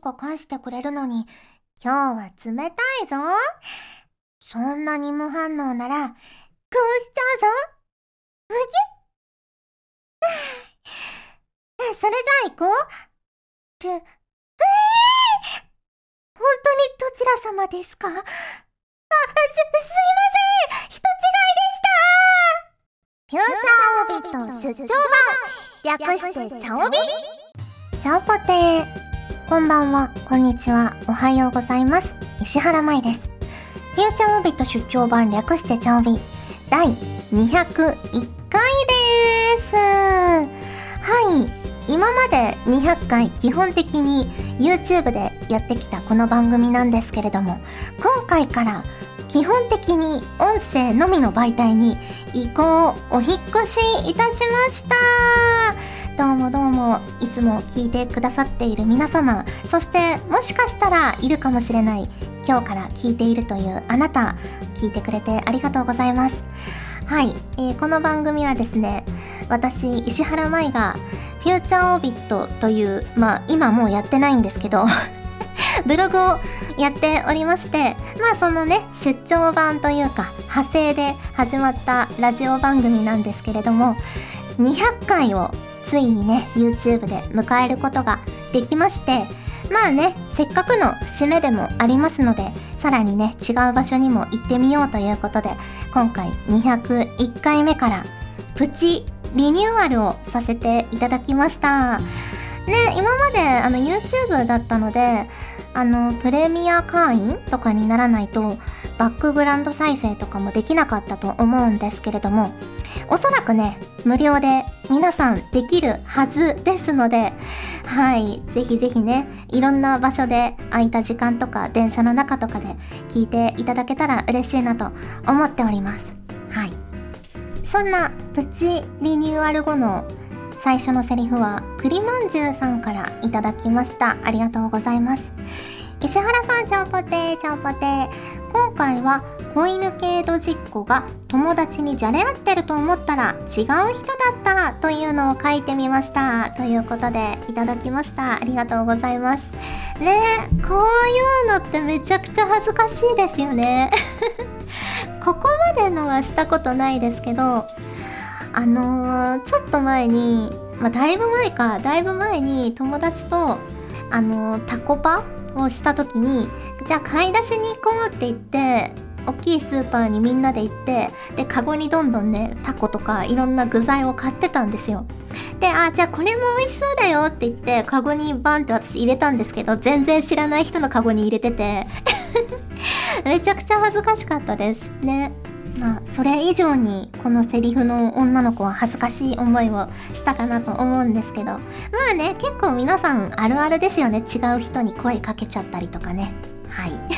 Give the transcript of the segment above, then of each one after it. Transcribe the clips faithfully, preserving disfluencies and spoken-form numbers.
か返してくれるのに、今日は冷たいぞ。そんなに無反応なら、こうしちゃうぞ。むぎゅっそれじゃあ行こう。って、えー、本当にどちら様ですか？あ、す、すいません。人違いでした。フューチャーオビット出張版、略してチャオビ。チャオポテー。こんばんは、こんにちは、おはようございます。石原舞です。フューチャーオビット出張版、略してチャオビだいにひゃくいっかいです。はい、今までにひゃっかい基本的に YouTube でやってきたこの番組なんですけれども、今回から基本的に音声のみの媒体に移行、お引っ越しいたしました。どうもどうも、いつも聞いてくださっている皆様、そしてもしかしたらいるかもしれない、今日から聞いているというあなた、聞いてくれてありがとうございます。はい、えー、この番組はですね、私石原舞がフューチャーオビットという、まあ今もうやってないんですけどブログをやっておりまして、まあそのね、出張版というか派生で始まったラジオ番組なんですけれども、にひゃっかいをついにね YouTube で迎えることができまして、まあね、せっかくの節目でもありますので、さらにね違う場所にも行ってみようということで、今回にひゃくいっかいめからプチリニューアルをさせていただきましたね。今まであの YouTube だったので、あのプレミア会員とかにならないとバックグラウンド再生とかもできなかったと思うんですけれども、おそらくね無料で皆さんできるはずですので、はい、ぜひぜひね、いろんな場所で空いた時間とか電車の中とかで聞いていただけたら嬉しいなと思っております。はい、そんなプチリニューアル後の最初のセリフは栗まんじゅうさんからいただきました。ありがとうございます。石原さん、ちゃんぽてーちゃんぽてー。今回は子犬系ドジっ子が友達にじゃれ合ってると思ったら違う人だったというのを書いてみましたということでいただきました。ありがとうございますね。え、こういうのってめちゃくちゃ恥ずかしいですよねここまでのはしたことないですけど、あのー、ちょっと前に、まあ、だいぶ前か、だいぶ前に友達と、あのー、タコパをした時に、じゃあ買い出しに行こうって言って、大きいスーパーにみんなで行って、で、カゴにどんどんね、タコとかいろんな具材を買ってたんですよ。で、あ、じゃあこれも美味しそうだよって言って、カゴにバンって私入れたんですけど、全然知らない人のカゴに入れてて、めちゃくちゃ恥ずかしかったですね。まあ、それ以上にこのセリフの女の子は恥ずかしい思いをしたかなと思うんですけど、まあね、結構皆さんあるあるですよね。違う人に声かけちゃったりとかね。はいはい、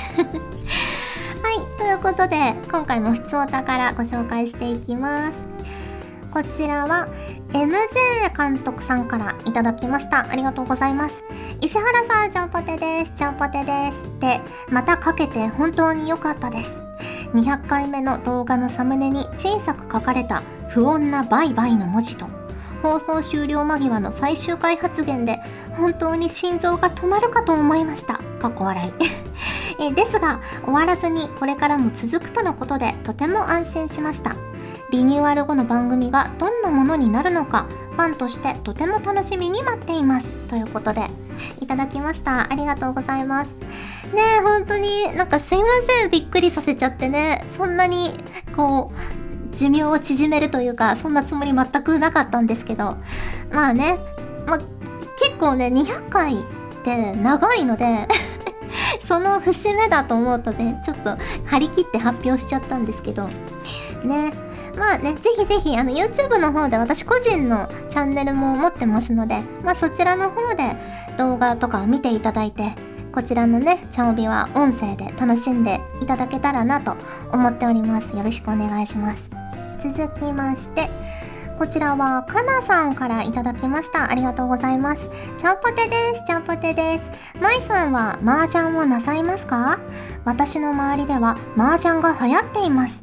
ということで今回もふつおたからご紹介していきます。こちらは エムジェー 監督さんからいただきました。ありがとうございます。石原さん、ちゃんぽてです。ちゃんぽてです。で、またかけて本当に良かったです。にひゃっかいめの動画のサムネに小さく書かれた不穏なバイバイの文字と、放送終了間際の最終回発言で本当に心臓が止まるかと思いました。かっこ笑いえですが終わらずにこれからも続くとのことでとても安心しました。リニューアル後の番組がどんなものになるのか、ファンとしてとても楽しみに待っていますということでいただきました。ありがとうございますね。え、本当になんかすいません、びっくりさせちゃってね。そんなにこう寿命を縮めるというか、そんなつもり全くなかったんですけど、まあね、まあ、結構ねにひゃっかいって長いのでその節目だと思うとね、ちょっと張り切って発表しちゃったんですけどね。まあね、ぜひぜひあの YouTube の方で私個人のチャンネルも持ってますので、まあそちらの方で動画とかを見ていただいて、こちらのねチャオビは音声で楽しんでいただけたらなと思っております。よろしくお願いします。続きまして、こちらはかなさんからいただきました。ありがとうございます。ちゃんぽてです。ちゃんぽてです。まいさんは麻雀をなさいますか？私の周りでは麻雀が流行っています。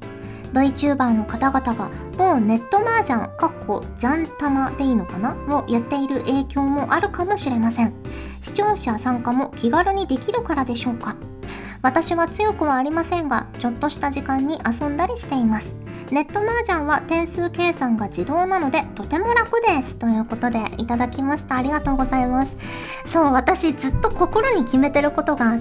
VTuber の方々が某ネット麻雀かっこジャンタマでいいのかなをやっている影響もあるかもしれません。視聴者参加も気軽にできるからでしょうか。私は強くはありませんが、ちょっとした時間に遊んだりしています。ネット麻雀は点数計算が自動なのでとても楽です。ということでいただきました。ありがとうございます。そう、私ずっと心に決めてることがあって、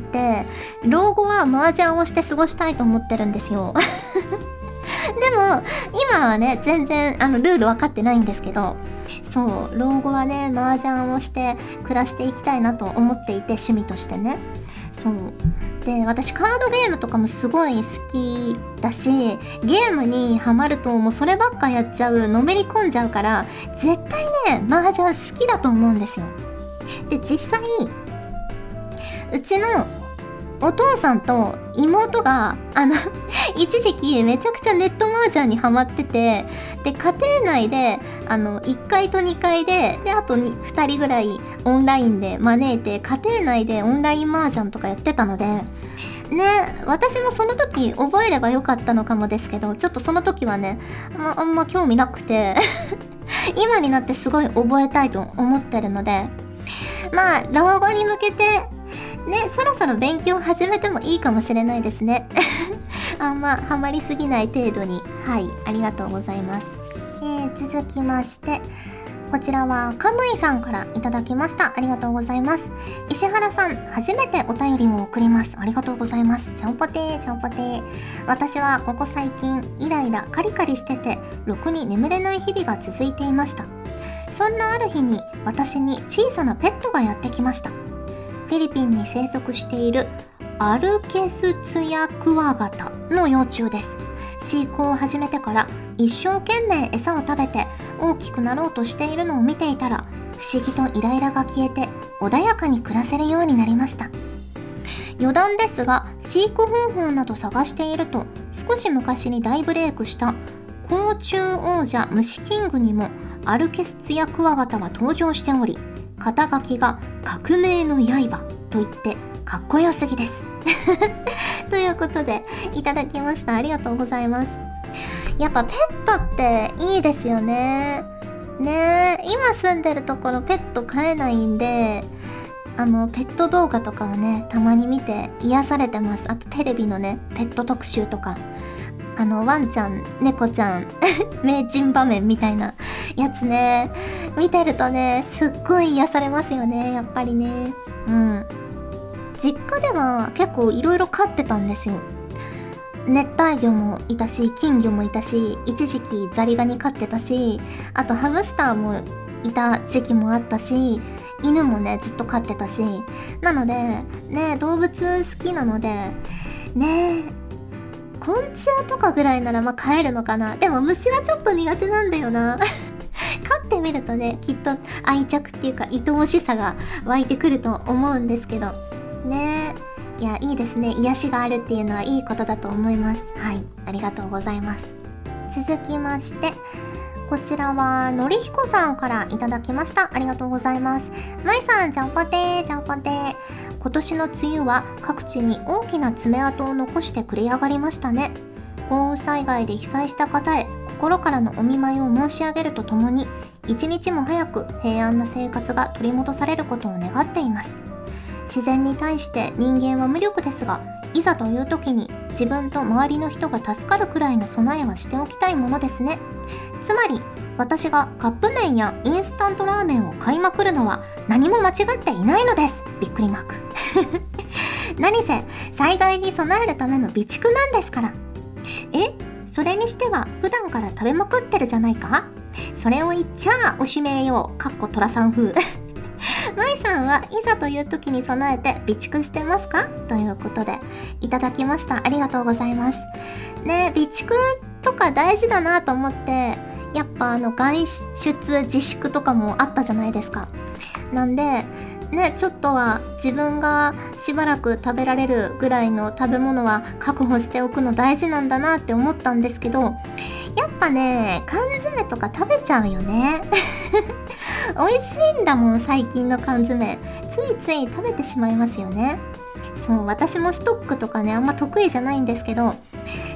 老後は麻雀をして過ごしたいと思ってるんですよ。でも今はね、全然あのルール分かってないんですけど、そう老後はね麻雀をして暮らしていきたいなと思っていて、趣味としてね。そうで、私カードゲームとかもすごい好きだし、ゲームにハマるともうそればっかやっちゃう、のめり込んじゃうから、絶対ね麻雀好きだと思うんですよ。で、実際うちのお父さんと妹があの一時期めちゃくちゃネット麻雀にハマってて、で家庭内であのいっかいとにかいでであとにふたりぐらいオンラインで招いて、家庭内でオンライン麻雀とかやってたのでね、私もその時覚えればよかったのかもですけど、ちょっとその時はね、まあ、あんま興味なくて今になってすごい覚えたいと思ってるので、まあ老後に向けてね、そろそろ勉強始めてもいいかもしれないですね。あんまハマりすぎない程度に。はい、ありがとうございます。えー、続きましてこちらはカムイさんからいただきました。ありがとうございます。石原さん、初めてお便りを送ります。ありがとうございます。ちゃんぽてーちゃんぽてー。私はここ最近イライラカリカリしてて、ろくに眠れない日々が続いていました。そんなある日に私に小さなペットがやってきました。フィリピンに生息しているアルケスツヤクワガタの幼虫です。飼育を始めてから一生懸命餌を食べて大きくなろうとしているのを見ていたら、不思議とイライラが消えて穏やかに暮らせるようになりました。余談ですが、飼育方法など探していると、少し昔に大ブレイクした甲虫王者虫キングにもアルケスツヤクワガタは登場しており、肩書きが革命の刃と言ってかっこよすぎですということでいただきました。ありがとうございます。やっぱペットっていいですよね。ねえ、今住んでるところペット飼えないんで、あのペット動画とかをねたまに見て癒されてます。あとテレビのねペット特集とか、あのワンちゃん猫ちゃん名人場面みたいなやつね、見てるとねすっごい癒されますよね、やっぱりね。うん、実家では結構いろいろ飼ってたんですよ。熱帯魚もいたし、金魚もいたし、一時期ザリガニ飼ってたし、あとハムスターもいた時期もあったし、犬もねずっと飼ってたし、なのでね動物好きなのでね、昆虫とかぐらいならまあ飼えるのかな。でも虫はちょっと苦手なんだよな飼ってみるとねきっと愛着っていうか愛おしさが湧いてくると思うんですけどね。いや、いいですね。癒しがあるっていうのはいいことだと思います。はい、ありがとうございます。続きましてこちらはのりひこさんからいただきました。ありがとうございます。まいさん、ちゃんぽてーちゃんぽてー。今年の梅雨は各地に大きな爪痕を残して繰り上がりましたね。豪雨災害で被災した方へ心からのお見舞いを申し上げるとともに、一日も早く平安な生活が取り戻されることを願っています。自然に対して人間は無力ですが、いざという時に自分と周りの人が助かるくらいの備えはしておきたいものですね。つまり私がカップ麺やインスタントラーメンを買いまくるのは何も間違っていないのです。びっくりマーク何せ災害に備えるための備蓄なんですから。え、それにしては普段から食べまくってるじゃないか。それを言っちゃおしめよう、かっこトラさん風まいさんはいざという時に備えて備蓄してますか、ということでいただきました。ありがとうございます。ね、備蓄とか大事だなと思って、やっぱあの外出自粛とかもあったじゃないですか。なんでね、ちょっとは自分がしばらく食べられるぐらいの食べ物は確保しておくの大事なんだなって思ったんですけど、やっぱね缶詰とか食べちゃうよね美味しいんだもん、最近の缶詰。ついつい食べてしまいますよね。そう、私もストックとかねあんま得意じゃないんですけど、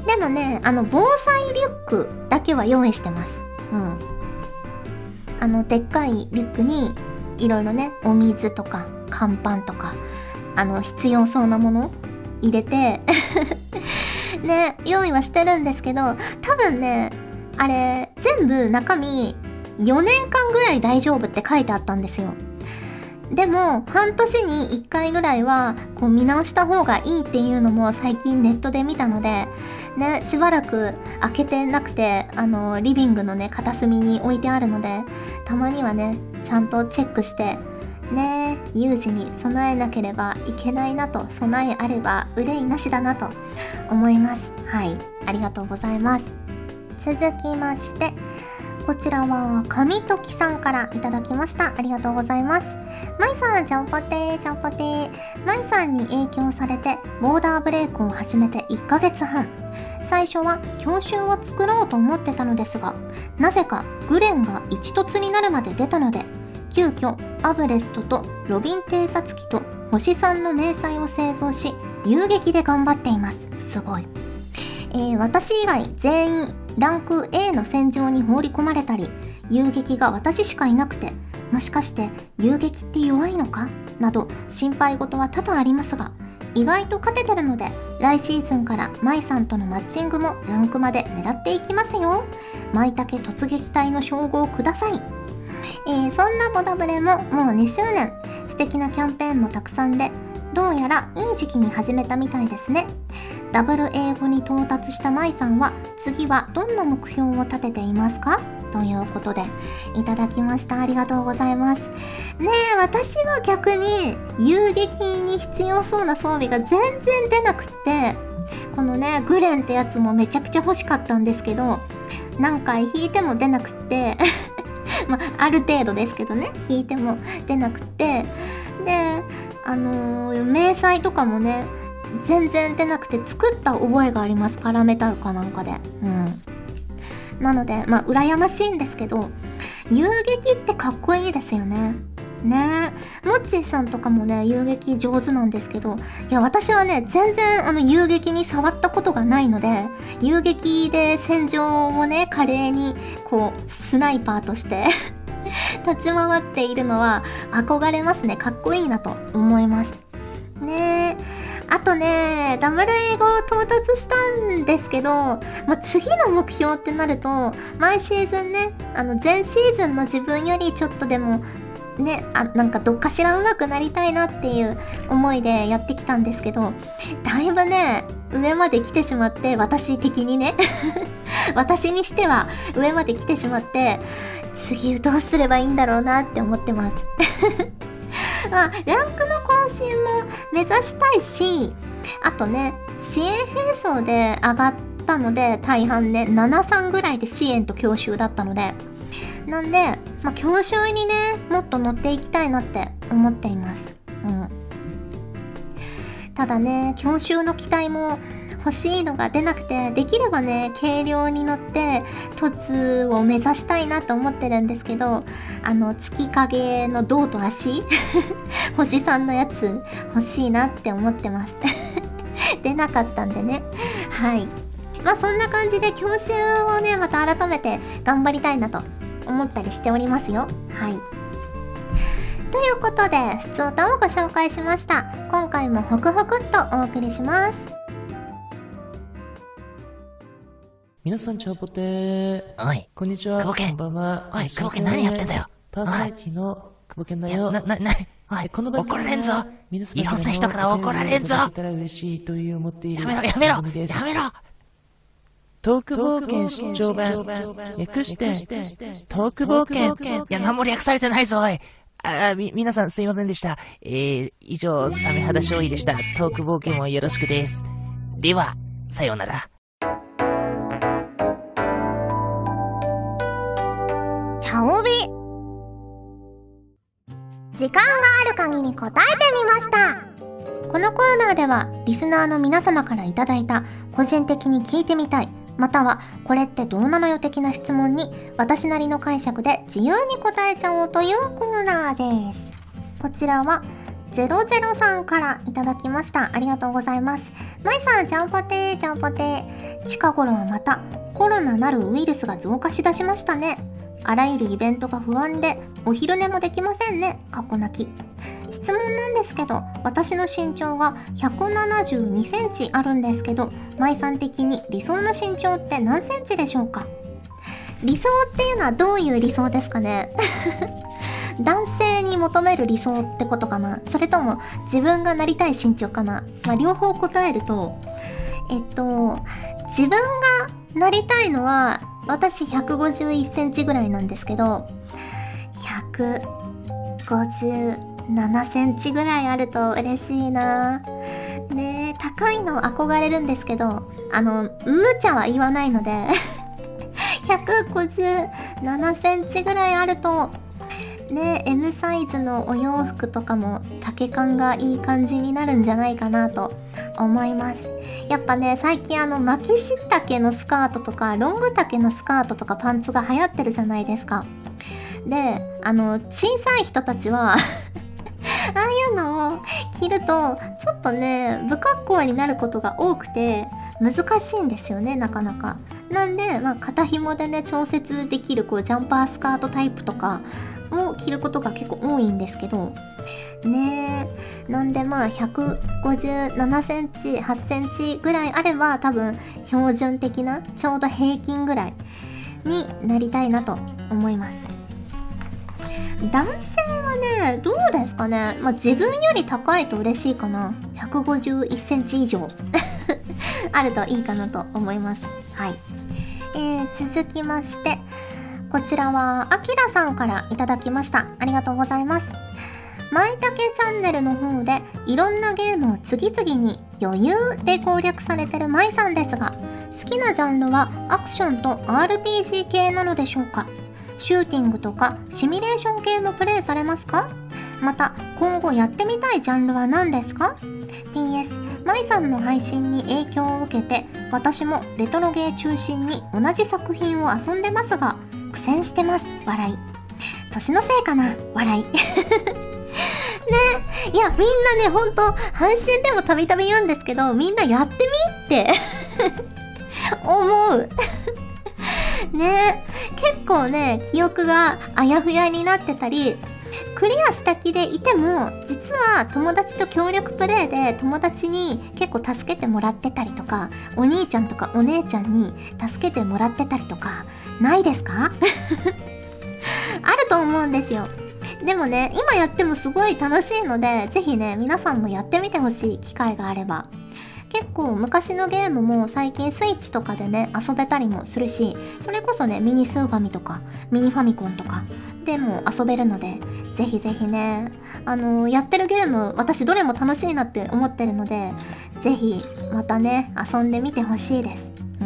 でもね、あの防災リュックだけは用意してます。うん。あのでっかいリュックにいろいろね、お水とか乾パンとか、あの必要そうなもの入れてね、用意はしてるんですけど、多分ね、あれ全部中身よねんかんぐらい大丈夫って書いてあったんですよ。でも半年にいっかいぐらいはこう見直した方がいいっていうのも最近ネットで見たのでね、しばらく開けてなくて、あのリビングのね片隅に置いてあるので、たまにはねちゃんとチェックしてね、有事に備えなければいけないなと、備えあれば憂いなしだなと思います。はい、ありがとうございます。続きまして、こちらは神時さんからいただきました。ありがとうございます。まいさん、ちゃんぽてーちゃんぽてー。まいさんに影響されてボーダーブレイクを始めていっかげつはん。最初は教習を作ろうと思ってたのですが、なぜかグレンが一突になるまで出たので、急遽アブレストとロビン偵察機と星さんの迷彩を製造し、遊撃で頑張っています。すごい。えー、私以外全員ランク エー の戦場に放り込まれたり、遊撃が私しかいなくて、もしかして遊撃って弱いのかなど心配事は多々ありますが、意外と勝ててるので、来シーズンからマイさんとのマッチングもランクまで狙っていきますよ。マイタケ突撃隊の称号ください。えー、そんなボダブレももうにしゅうねん、素敵なキャンペーンもたくさんで、どうやらいい時期に始めたみたいですね。ダブル英語に到達したマイさんは次はどんな目標を立てていますか？ということでいただきました。ありがとうございます。ねえ、私は逆に遊撃に必要そうな装備が全然出なくって、このねグレンってやつもめちゃくちゃ欲しかったんですけど、何回引いても出なくってまあある程度ですけどね、引いても出なくってで、あのー、迷彩とかもね全然出なくて、作った覚えがあります。パラメタルかなんかで。うんなのでまあ羨ましいんですけど、遊撃ってかっこいいですよね。ねえ、モッチーさんとかもね遊撃上手なんですけど、いや私はね全然あの遊撃に触ったことがないので、遊撃で戦場をね華麗にこうスナイパーとして立ち回っているのは憧れますね。かっこいいなと思いますね。えあとね、ダブル英語を到達したんですけど、まあ、次の目標ってなると、毎シーズンね、あの前シーズンの自分よりちょっとでもね、あなんかどっかしら上手くなりたいなっていう思いでやってきたんですけど、だいぶね上まで来てしまって、私的にね私にしては上まで来てしまって、次どうすればいいんだろうなって思ってますまあ、ランクの更新も目指したいし、あとね支援兵装で上がったので、大半ねななさんぐらいで支援と教習だったので、なんで、まあ、教習にねもっと乗っていきたいなって思っています。うん。ただね、教習の機体も欲しいのが出なくて、できればね軽量に乗って凸を目指したいなと思ってるんですけど、あの月影の胴と足星さんのやつ欲しいなって思ってます出なかったんでね。はい、まあそんな感じで教習をねまた改めて頑張りたいなと思ったりしておりますよ。はい、ということでふつおたをご紹介しました。今回もホクホクっとお送りします。 皆さんちゃんぽてー。 おい、 こんにちは。 久保健。 こんばんは。 おい、久保健何やってんだよ。 パーソナリティの久保健だよ。 な、な、な、おい、 この番組怒られんぞ。 皆様いろんな人から怒られんぞ。 やめ嬉しいという思っているやめろ、やめろ、や番組ですめろ。 トーク冒険出張版。略して、トーク冒険。 いや、何も略されてないぞ、おい。あ、み、皆さんすいませんでした。えー、以上、サメ肌勝利でした。トーク冒険もよろしくです。では、さようなら。 チャオビ、時間がある限り答えてみました。このコーナーではリスナーの皆様からいただいた個人的に聞いてみたい、またはこれってどうなのよ的な質問に私なりの解釈で自由に答えちゃおうというコーナーです。こちらはゼロゼロさんからいただきました。ありがとうございます。まいさん、ちゃんぽてーちゃんぽてー。 近頃はまたコロナなるウイルスが増加しだしましたね。あらゆるイベントが不安でお昼寝もできませんね。かっこ泣き。質問なんですけど、私の身長がひゃくななじゅうにセンチあるんですけど、舞さん的に理想の身長って何センチでしょうか？理想っていうのはどういう理想ですかね？男性に求める理想ってことかな、それとも自分がなりたい身長かな。まあ両方答えると、えっと自分がなりたいのは、私ひゃくごじゅういちセンチぐらいなんですけど、ひゃくごじゅうななセンチぐらいあると嬉しいな。ねえ、高いの憧れるんですけど、あの無茶は言わないのでひゃくごじゅうななセンチぐらいあるとね、エム サイズのお洋服とかも丈感がいい感じになるんじゃないかなと思います。やっぱね、最近あの巻きし丈のスカートとかロング丈のスカートとかパンツが流行ってるじゃないですか。で、あの小さい人たちはああいうのを着るとちょっとね、不格好になることが多くて難しいんですよね、なかなか。なんで、まあ、肩紐でね調節できるこうジャンパースカートタイプとかを着ることが結構多いんですけどね。えなんでまあひゃくごじゅうななセンチはちセンチぐらいあれば多分標準的なちょうど平均ぐらいになりたいなと思います。男性はね、どうですかね。まあ自分より高いと嬉しいかな。ひゃくごじゅういちセンチ以上あるといいかなと思います。はい。えー、続きまして、こちらはあきらさんからいただきました。ありがとうございます。まいたけチャンネルの方でいろんなゲームを次々に余裕で攻略されてるまいさんですが、好きなジャンルはアクションと アールピージー 系なのでしょうか？シューティングとかシミュレーション系もプレイされますか？また今後やってみたいジャンルは何ですか？ ピーエス まいさんの配信に影響を受けて私もレトロゲー中心に同じ作品を遊んでますが苦戦してます。笑い。年のせいかな。笑い。ね、いやみんなね、ほんと配信でもたびたび言うんですけど、みんなやってみって思うね。結構ね、記憶があやふやになってたり、クリアした気でいても実は友達と協力プレイで友達に結構助けてもらってたりとか、お兄ちゃんとかお姉ちゃんに助けてもらってたりとかないですか？あると思うんですよ。でもね、今やってもすごい楽しいので、ぜひね皆さんもやってみてほしい、機会があれば。結構昔のゲームも最近スイッチとかでね遊べたりもするし、それこそねミニスーファミとかミニファミコンとかでも遊べるので、ぜひぜひね、あのー、やってるゲーム私どれも楽しいなって思ってるので、ぜひまたね遊んでみてほしいです。うん。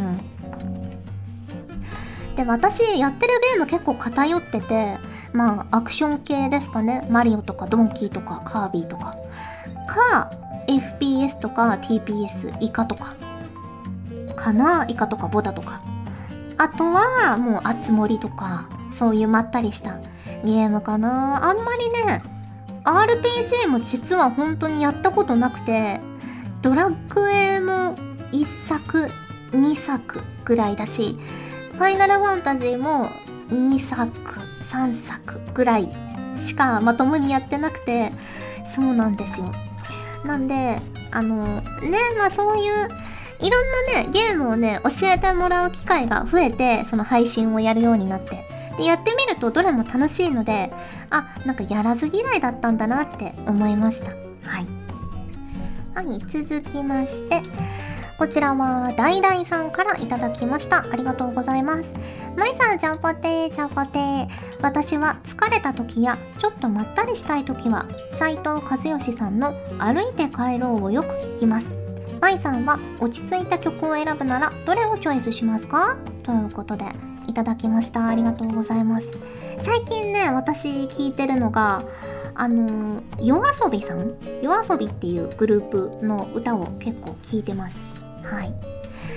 で、私やってるゲーム結構偏ってて、まあアクション系ですかね。マリオとかドンキーとかカービィとかかエフピーエス とか ティーピーエス イカとかかな。イカとかボタとか、あとはもうあつ森とか、そういうまったりしたゲームかな。あんまりね アールピージー も実は本当にやったことなくて、ドラクエもいっさくにさくぐらいだし、ファイナルファンタジーもにさくさんさくぐらいしかまともにやってなくて、そうなんですよ。なんであのね、まあそういういろんなねゲームをね教えてもらう機会が増えて、その配信をやるようになって、でやってみるとどれも楽しいので、あ、なんかやらず嫌いだったんだなって思いました。はいはい。続きまして、こちらはダイダイさんからいただきました。ありがとうございます。まいさん、ちゃんぽてーちゃんぽてー。私は疲れた時やちょっとまったりしたい時は斉藤和義さんの歩いて帰ろうをよく聞きます。まいさんは落ち着いた曲を選ぶならどれをチョイスしますか？ということでいただきました。ありがとうございます。最近ね、私聞いてるのがあの夜遊びさん、夜遊びっていうグループの歌を結構聞いてます。はい。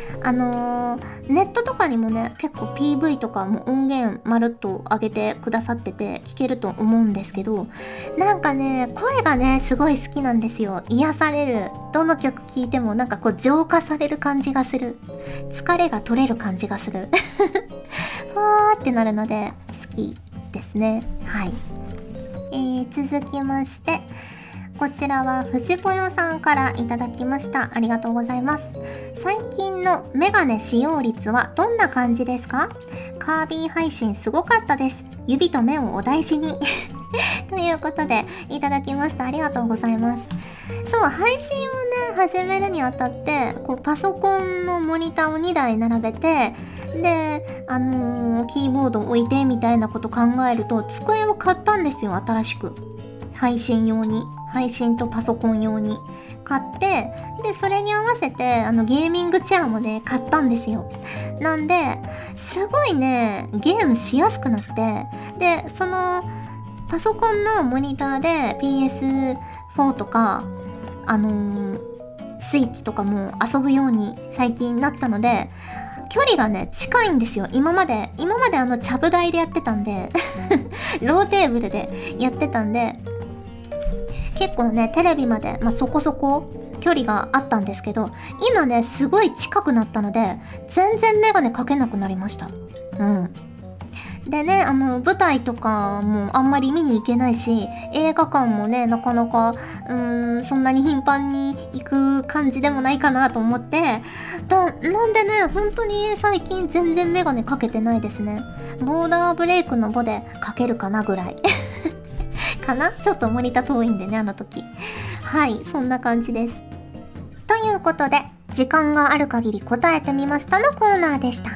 あのー、ネットとかにもね結構 ピーブイ とかも音源まるっと上げてくださってて聞けると思うんですけど、なんかね声がねすごい好きなんですよ。癒される。どの曲聴いてもなんかこう浄化される感じがする。疲れが取れる感じがするふわーってなるので好きですね。はい、えー、続きましてこちらは藤ぽよさんからいただきました。ありがとうございます。最近のメガネ使用率はどんな感じですか？カービィ配信すごかったです。指と目をお大事にということでいただきました。ありがとうございます。そう、配信をね始めるにあたってこうパソコンのモニターをにだい並べて、であのー、キーボードを置いてみたいなこと考えると机を買ったんですよ。新しく配信用に、配信とパソコン用に買って、でそれに合わせてあのゲーミングチェアもね買ったんですよ。なんですごいねゲームしやすくなって、でそのパソコンのモニターで ピーエスフォー とかあのー、スイッチとかも遊ぶように最近なったので、距離がね近いんですよ。今まで今まであのちゃぶ台でやってたんでローテーブルでやってたんで結構ねテレビまで、まあ、そこそこ距離があったんですけど、今ねすごい近くなったので全然メガネかけなくなりました。うんでね、あの舞台とかもあんまり見に行けないし、映画館もねなかなかうーんそんなに頻繁に行く感じでもないかなと思って、だなんでね本当に最近全然メガネかけてないですね。ボーダーブレイクのボでかけるかなぐらいかな。ちょっとモニター遠いんでねあの時。はい、そんな感じです。ということで時間がある限り答えてみましたのコーナーでした。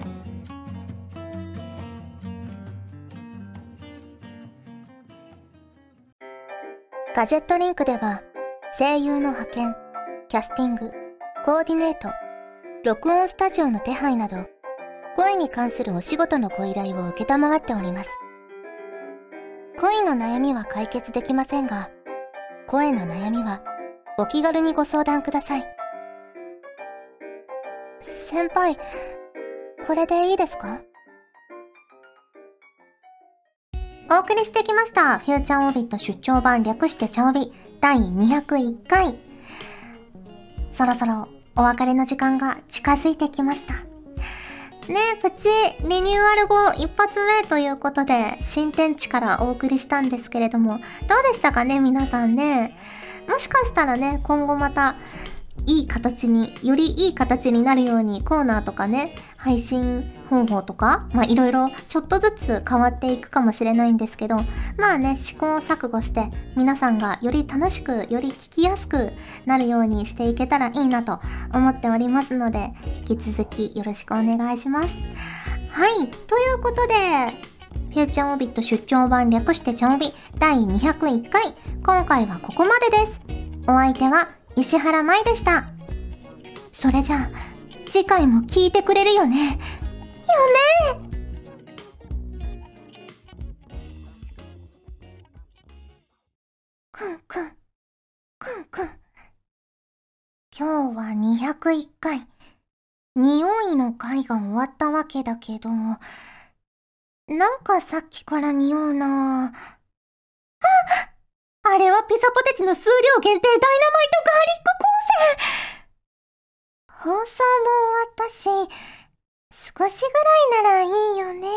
ガジェットリンクでは声優の派遣、キャスティング、コーディネート、録音スタジオの手配など声に関するお仕事のご依頼を承っております。恋の悩みは解決できませんが、声の悩みはお気軽にご相談ください。先輩、これでいいですか？お送りしてきましたフューチャーオビット出張版略してチャオビだいにひゃくいっかい。そろそろお別れの時間が近づいてきましたね。えプチリニューアル後一発目ということで新天地からお送りしたんですけれども、どうでしたかね皆さんね。もしかしたらね今後またいい形によりいい形になるようにコーナーとかね配信方法とかまあいろいろちょっとずつ変わっていくかもしれないんですけど、まあね試行錯誤して皆さんがより楽しくより聞きやすくなるようにしていけたらいいなと思っておりますので、引き続きよろしくお願いします。はい、ということでフューチャーオビット出張版略してチャオビだいにひゃくいっかい、今回はここまでです。お相手は石原舞でした。それじゃあ次回も聞いてくれるよねよね。くんくんくんくん、今日はにひゃくいっかい匂いの回が終わったわけだけど、なんかさっきから匂うなあ。あれはピザポテチの数量限定ダイナマイトガーリック光線。放送も終わったし、少しぐらいならいいよね。うん、うーん、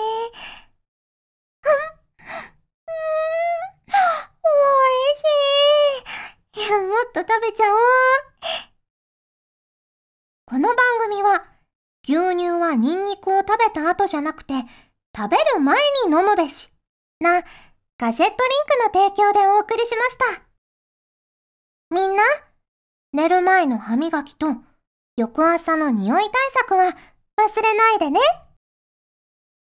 おいしい。いや、もっと食べちゃおう。この番組は、牛乳はニンニクを食べた後じゃなくて、食べる前に飲むべし。な、ガジェットリンクの提供でお送りしました。みんな、寝る前の歯磨きと翌朝の匂い対策は忘れないでね。